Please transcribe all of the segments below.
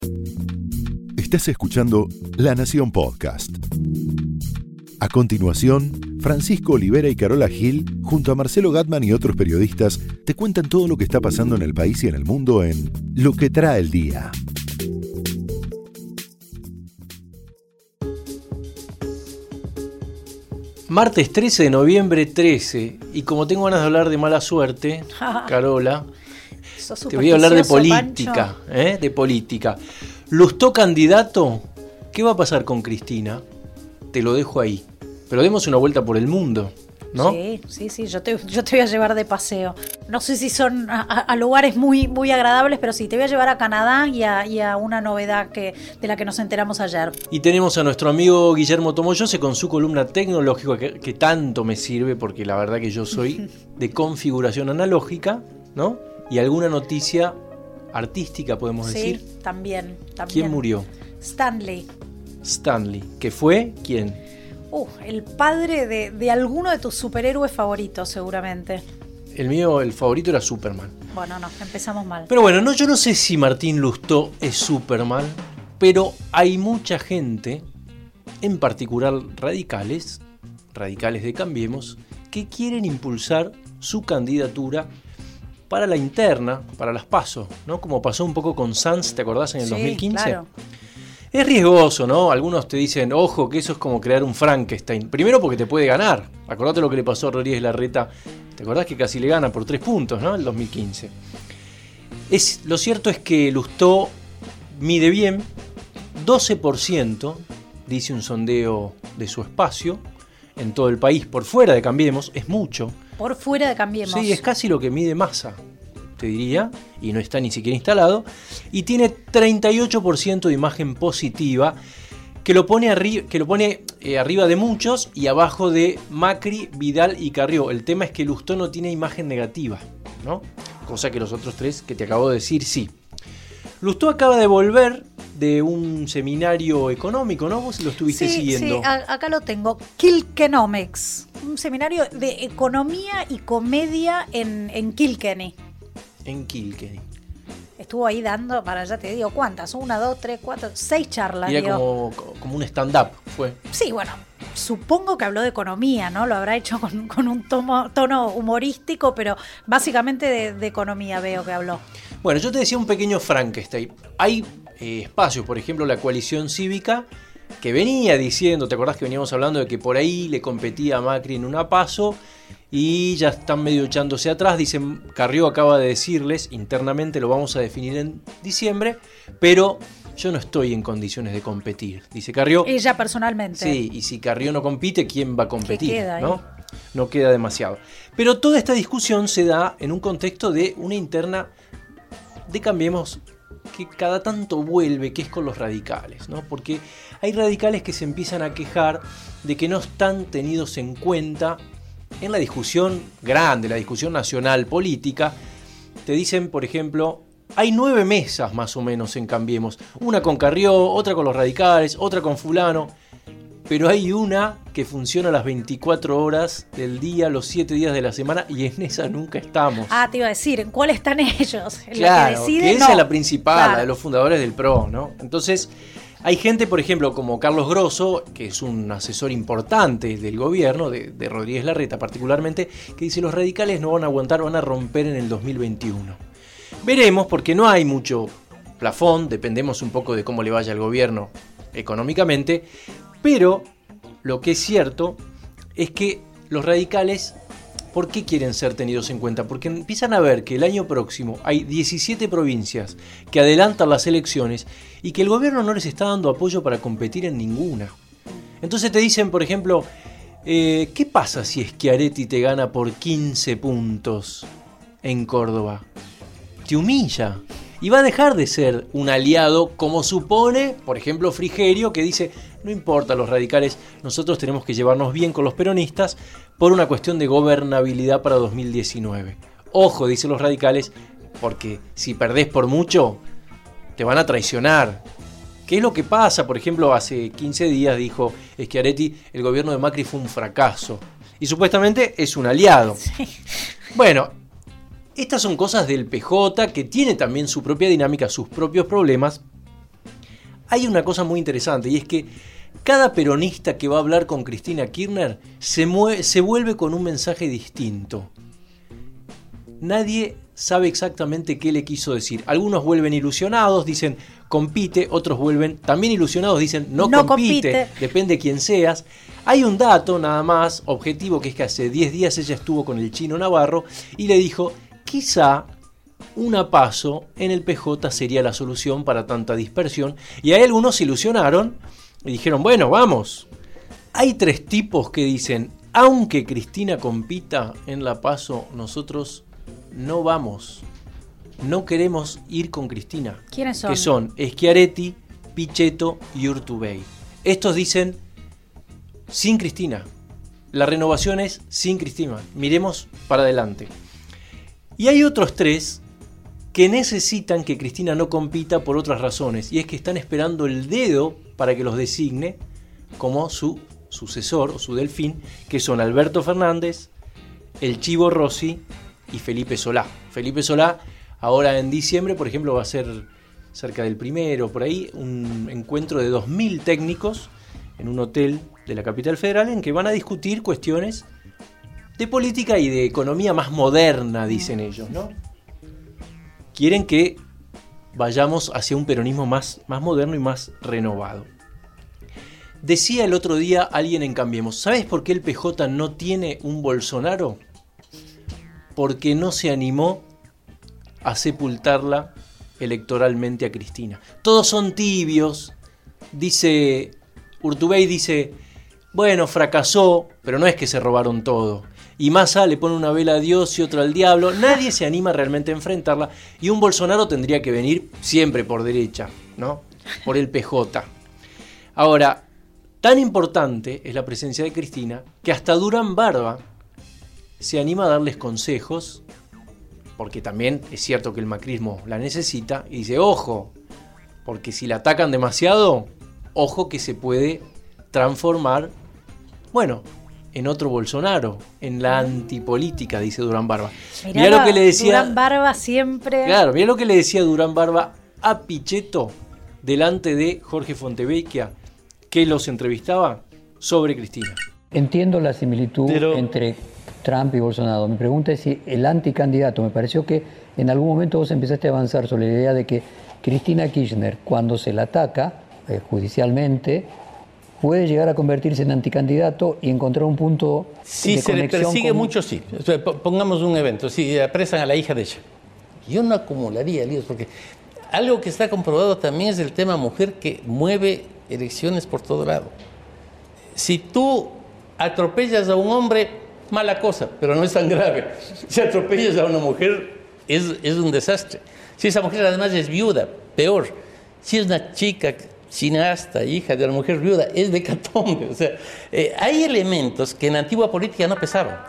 Estás escuchando La Nación Podcast. A continuación, Francisco Olivera y Carola Gil, junto a Marcelo Gatman y otros periodistas, te cuentan todo lo que está pasando en el país y en el mundo en Lo que trae el día. Martes 13 de noviembre 13, y como tengo ganas de hablar de mala suerte, Carola, te voy a hablar de política, de política. ¿Lustó candidato? ¿Qué va a pasar con Cristina? Te lo dejo ahí. Pero demos una vuelta por el mundo, ¿no? Sí, yo te voy a llevar de paseo. No sé si son a lugares muy, muy agradables, pero sí, te voy a llevar a Canadá y a una novedad de la que nos enteramos ayer. Y tenemos a nuestro amigo Guillermo Tomoyose con su columna tecnológica que tanto me sirve, porque la verdad que yo soy de configuración analógica, ¿no? Y alguna noticia artística, podemos decir. Sí, también. ¿Quién murió? Stanley, ¿que fue quién? El padre de alguno de tus superhéroes favoritos, seguramente. El favorito era Superman. Bueno, no, empezamos mal. Pero bueno, yo no sé si Martín Lustó es Superman, pero hay mucha gente, en particular radicales de Cambiemos, que quieren impulsar su candidatura para la interna, para las PASO, ¿no? Como pasó un poco con Sanz, ¿te acordás en el 2015? Claro. Es riesgoso, ¿no? Algunos te dicen, ojo, que eso es como crear un Frankenstein. Primero porque te puede ganar. Acordate lo que le pasó a Rodríguez Larreta. ¿Te acordás que casi le gana por 3 puntos, ¿no? El 2015. Lo cierto es que Lustó mide bien. 12%, dice un sondeo de su espacio, en todo el país, por fuera de Cambiemos. Es mucho. Por fuera de Cambiemos. Sí, es casi lo que mide Massa, te diría, y no está ni siquiera instalado, y tiene 38% de imagen positiva, que lo pone arriba de muchos y abajo de Macri, Vidal y Carrió. El tema es que Lustó no tiene imagen negativa, ¿no? Cosa que los otros tres que te acabo de decir, sí. Lustó acaba de volver de un seminario económico, ¿no? Vos lo estuviste siguiendo. Sí, acá lo tengo. Kilkenomics, un seminario de economía y comedia en Kilkenny. En Kilkenny. Estuvo ahí dando, ya te digo, ¿cuántas? 1, 2, 3, 4, 6 charlas. Era como un stand-up, fue. Sí, bueno, supongo que habló de economía, ¿no? Lo habrá hecho con un tono humorístico, pero básicamente de economía veo que habló. Bueno, yo te decía un pequeño Frankenstein. Hay espacios, por ejemplo, la coalición cívica, que venía diciendo, ¿te acordás que veníamos hablando de que por ahí le competía a Macri en una PASO? Y ya están medio echándose atrás. Dicen, Carrió acaba de decirles, internamente lo vamos a definir en diciembre, pero yo no estoy en condiciones de competir, dice Carrió. Ella personalmente. Sí, y si Carrió no compite, ¿quién va a competir? ¿Qué queda ahí? No queda demasiado. Pero toda esta discusión se da en un contexto de una interna de Cambiemos que cada tanto vuelve, que es con los radicales, ¿no? Porque hay radicales que se empiezan a quejar de que no están tenidos en cuenta en la discusión grande, la discusión nacional política. Te dicen, por ejemplo, hay 9 mesas más o menos en Cambiemos. Una con Carrió, otra con los radicales, otra con fulano. Pero hay una que funciona las 24 horas del día, los 7 días de la semana, y en esa nunca estamos. Te iba a decir, ¿en cuál están ellos? ¿En claro, la que decide? Que esa no. es la principal, claro. La de los fundadores del PRO, ¿no? Entonces, hay gente, por ejemplo, como Carlos Grosso, que es un asesor importante del gobierno, de Rodríguez Larreta particularmente, que dice, los radicales no van a aguantar, van a romper en el 2021. Veremos, porque no hay mucho plafón, dependemos un poco de cómo le vaya al gobierno económicamente, pero lo que es cierto es que los radicales, ¿por qué quieren ser tenidos en cuenta? Porque empiezan a ver que el año próximo hay 17 provincias que adelantan las elecciones y que el gobierno no les está dando apoyo para competir en ninguna. Entonces te dicen, por ejemplo, ¿qué pasa si Schiaretti te gana por 15 puntos en Córdoba? Te humilla. Y va a dejar de ser un aliado, como supone, por ejemplo, Frigerio, que dice, no importa los radicales, nosotros tenemos que llevarnos bien con los peronistas por una cuestión de gobernabilidad para 2019. Ojo, dicen los radicales, porque si perdés por mucho, te van a traicionar. ¿Qué es lo que pasa? Por ejemplo, hace 15 días dijo Schiaretti, el gobierno de Macri fue un fracaso. Y supuestamente es un aliado. Sí. Bueno, estas son cosas del PJ, que tiene también su propia dinámica, sus propios problemas, hay una cosa muy interesante, y es que cada peronista que va a hablar con Cristina Kirchner se vuelve con un mensaje distinto. Nadie sabe exactamente qué le quiso decir. Algunos vuelven ilusionados, dicen compite, otros vuelven también ilusionados, dicen no compite, depende de quién seas. Hay un dato nada más objetivo, que es que hace 10 días ella estuvo con el Chino Navarro y le dijo, quizá una PASO en el PJ sería la solución para tanta dispersión, y ahí algunos se ilusionaron y dijeron, bueno, vamos. Hay 3 tipos que dicen, aunque Cristina compita en la PASO, nosotros no vamos, no queremos ir con Cristina. ¿Quiénes son? Que son Schiaretti, Pichetto y Urtubey. Estos dicen, sin Cristina, la renovación es sin Cristina, miremos para adelante. Y hay otros 3 que necesitan que Cristina no compita por otras razones, y es que están esperando el dedo para que los designe como su sucesor o su delfín, que son Alberto Fernández, el Chivo Rossi y Felipe Solá. Felipe Solá ahora en diciembre, por ejemplo, va a ser cerca del 1, por ahí, un encuentro de 2.000 técnicos en un hotel de la capital federal en que van a discutir cuestiones de política y de economía más moderna, dicen ellos, ¿no? Quieren que vayamos hacia un peronismo más moderno y más renovado. Decía el otro día alguien en Cambiemos, ¿sabes por qué el PJ no tiene un Bolsonaro? Porque no se animó a sepultarla electoralmente a Cristina. Todos son tibios, dice Urtubey, dice, bueno, fracasó, pero no es que se robaron todo. Y Massa le pone una vela a Dios y otra al diablo. Nadie se anima realmente a enfrentarla. Y un Bolsonaro tendría que venir siempre por derecha, ¿no? Por el PJ. Ahora, tan importante es la presencia de Cristina que hasta Durán Barba se anima a darles consejos, porque también es cierto que el macrismo la necesita, y dice, ojo, porque si la atacan demasiado, ojo que se puede transformar, bueno, en otro Bolsonaro, en la antipolítica, dice Durán Barba. Mirá lo que le decía Durán Barba siempre. Claro, mirá lo que le decía Durán Barba a Pichetto delante de Jorge Fontevecchia, que los entrevistaba sobre Cristina. Entiendo la similitud entre Trump y Bolsonaro. Mi pregunta es si el anticandidato, me pareció que en algún momento vos empezaste a avanzar sobre la idea de que Cristina Kirchner, cuando se la ataca judicialmente, puede llegar a convertirse en anticandidato y encontrar un punto de conexión. Si se le persigue mucho, sí. O sea, pongamos un evento, si apresan a la hija de ella. Yo no acumularía líos, porque algo que está comprobado también es el tema mujer que mueve elecciones por todo lado. Si tú atropellas a un hombre, mala cosa, pero no es tan grave. Si atropellas a una mujer, es un desastre. Si esa mujer además es viuda, peor. Si es una chica cineasta, hija de una mujer viuda, es de hecatombe. O sea, hay elementos que en la antigua política no pesaban.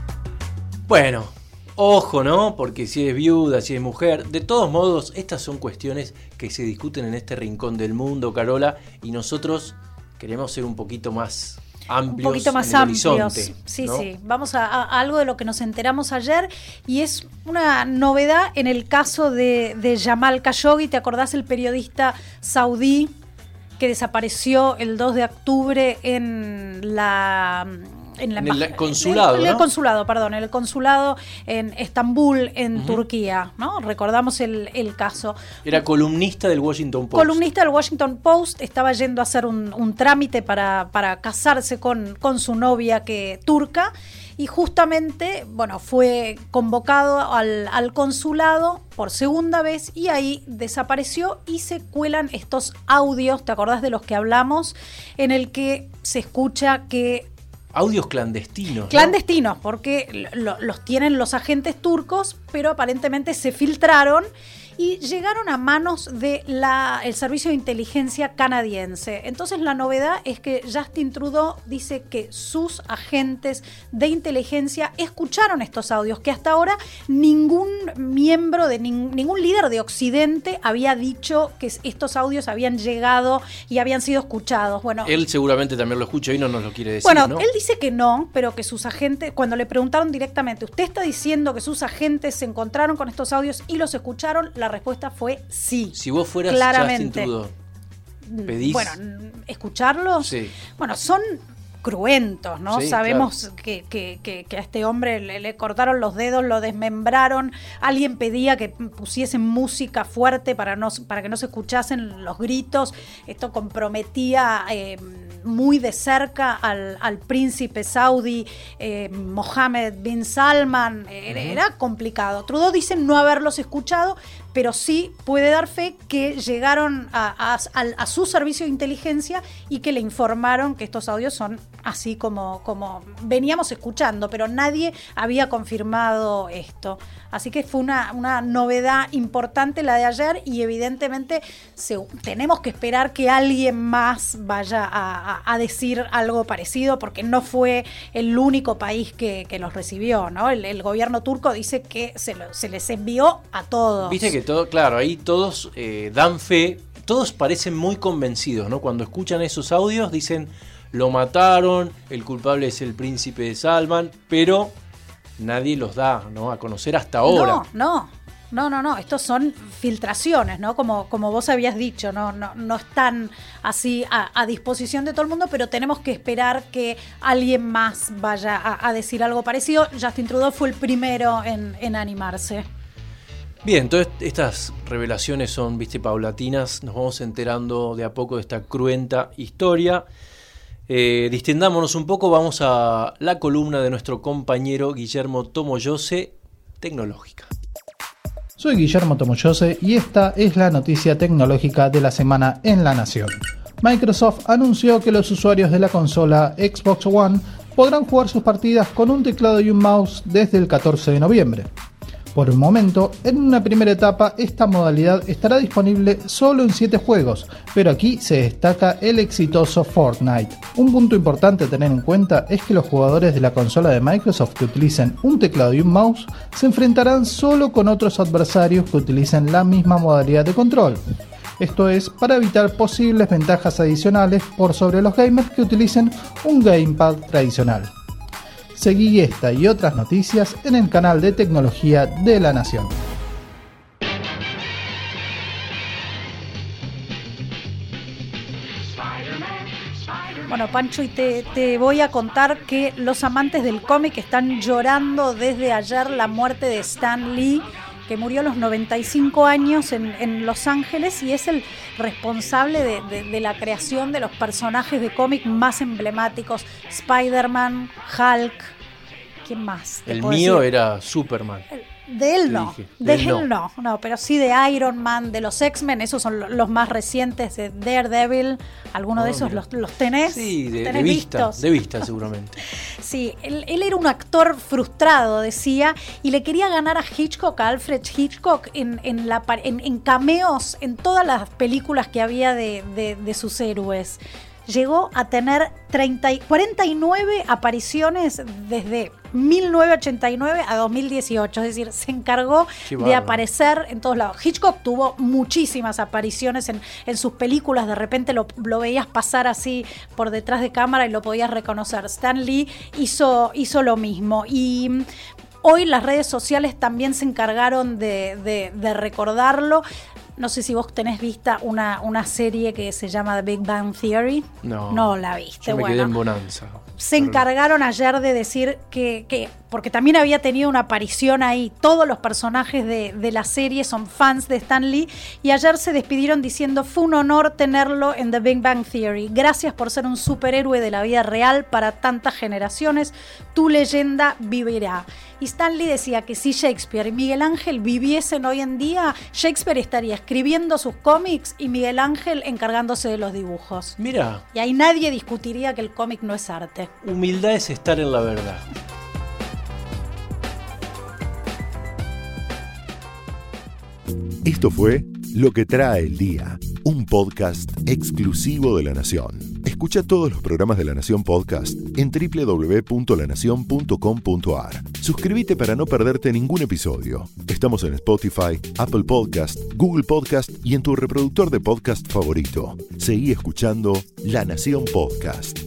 Bueno, ojo, ¿no? Porque si es viuda, si es mujer, de todos modos, estas son cuestiones que se discuten en este rincón del mundo, Carola, y nosotros queremos ser un poquito más amplios, un poquito más amplios. Sí, ¿no? Sí. Vamos a algo de lo que nos enteramos ayer, y es una novedad en el caso de Jamal Khashoggi. ¿Te acordás el periodista saudí que desapareció el 2 de octubre en el consulado, en el consulado en Estambul, en Turquía, ¿no? Recordamos el caso. Era columnista del Washington Post. Columnista del Washington Post, estaba yendo a hacer un trámite para casarse con su novia turca, y justamente, bueno, fue convocado al consulado por segunda vez, y ahí desapareció, y se cuelan estos audios, ¿te acordás de los que hablamos? En el que se escucha que audios clandestinos. Clandestinos, ¿no? Porque los tienen los agentes turcos, pero aparentemente se filtraron y llegaron a manos del servicio de inteligencia canadiense. Entonces la novedad es que Justin Trudeau dice que sus agentes de inteligencia escucharon estos audios, que hasta ahora ningún miembro de ningún líder de Occidente había dicho que estos audios habían llegado y habían sido escuchados. Bueno, él seguramente también lo escuchó y no nos lo quiere decir. Bueno, ¿no? Él dice que no, pero que sus agentes, cuando le preguntaron directamente, ¿usted está diciendo que sus agentes se encontraron con estos audios y los escucharon? La respuesta fue sí. Si vos fueras claramente. Justin Trudeau, ¿Pedís? Bueno, escucharlos. Sí. Bueno, son cruentos, ¿no? Sí, Sabemos que a este hombre le cortaron los dedos, lo desmembraron. Alguien pedía que pusiesen música fuerte para que no se escuchasen los gritos. Esto comprometía muy de cerca al príncipe saudí Mohammed bin Salman. Era complicado. Trudeau dice no haberlos escuchado, pero sí puede dar fe que llegaron a su servicio de inteligencia y que le informaron que estos audios son así como veníamos escuchando, pero nadie había confirmado esto. Así que fue una novedad importante la de ayer y evidentemente tenemos que esperar que alguien más vaya a decir algo parecido, porque no fue el único país que los recibió, ¿no? El gobierno turco dice que se les envió a todos. Viste que todo, claro, ahí todos dan fe, todos parecen muy convencidos, ¿no? Cuando escuchan esos audios dicen, lo mataron, el culpable es el príncipe de Salman, pero nadie los da, ¿no?, a conocer hasta ahora. No, estos son filtraciones, ¿no? Como vos habías dicho, no están así a disposición de todo el mundo, pero tenemos que esperar que alguien más vaya a decir algo parecido. Justin Trudeau fue el primero en animarse. Bien, entonces estas revelaciones son, paulatinas, nos vamos enterando de a poco de esta cruenta historia. Distendámonos un poco, vamos a la columna de nuestro compañero Guillermo Tomoyose, Tecnológica. Soy Guillermo Tomoyose y esta es la noticia tecnológica de la semana en La Nación. Microsoft anunció que los usuarios de la consola Xbox One podrán jugar sus partidas con un teclado y un mouse desde el 14 de noviembre. Por el momento, en una primera etapa, esta modalidad estará disponible solo en 7 juegos, pero aquí se destaca el exitoso Fortnite. Un punto importante a tener en cuenta es que los jugadores de la consola de Microsoft que utilicen un teclado y un mouse se enfrentarán solo con otros adversarios que utilicen la misma modalidad de control. Esto es para evitar posibles ventajas adicionales por sobre los gamers que utilicen un gamepad tradicional. Seguí esta y otras noticias en el canal de tecnología de La Nación. Bueno, Pancho, y te voy a contar que los amantes del cómic están llorando desde ayer la muerte de Stan Lee, que murió a los 95 años en Los Ángeles y es el responsable de la creación de los personajes de cómic más emblemáticos. Spider-Man, Hulk, ¿quién más? El mío era Superman. De él no, pero sí de Iron Man, de los X-Men, esos son los más recientes, de Daredevil, ¿alguno de esos los tenés? Sí, de vista seguramente. Sí, él era un actor frustrado, decía, y le quería ganar a Hitchcock, a Alfred Hitchcock, en cameos en todas las películas que había de sus héroes. Llegó a tener 49 apariciones desde 1989 a 2018, es decir, se encargó de aparecer en todos lados. Hitchcock tuvo muchísimas apariciones en sus películas, de repente lo veías pasar así por detrás de cámara y lo podías reconocer. Stan Lee hizo lo mismo y hoy las redes sociales también se encargaron de recordarlo. No sé si vos tenés vista una serie que se llama The Big Bang Theory. No la viste. Yo me quedé en Bonanza. Se encargaron ayer de decir que porque también había tenido una aparición ahí, todos los personajes de la serie son fans de Stan Lee, y ayer se despidieron diciendo: fue un honor tenerlo en The Big Bang Theory, gracias por ser un superhéroe de la vida real para tantas generaciones, tu leyenda vivirá. Y Stan Lee decía que si Shakespeare y Miguel Ángel viviesen hoy en día, Shakespeare estaría escribiendo sus cómics y Miguel Ángel encargándose de los dibujos. Mira. Y ahí nadie discutiría que el cómic no es arte. Humildad es estar en la verdad. Esto fue Lo que trae el día, un podcast exclusivo de La Nación. Escucha todos los programas de La Nación Podcast en www.lanacion.com.ar. Suscríbete para no perderte ningún episodio. Estamos en Spotify, Apple Podcast, Google Podcast y en tu reproductor de podcast favorito. Seguí escuchando La Nación Podcast.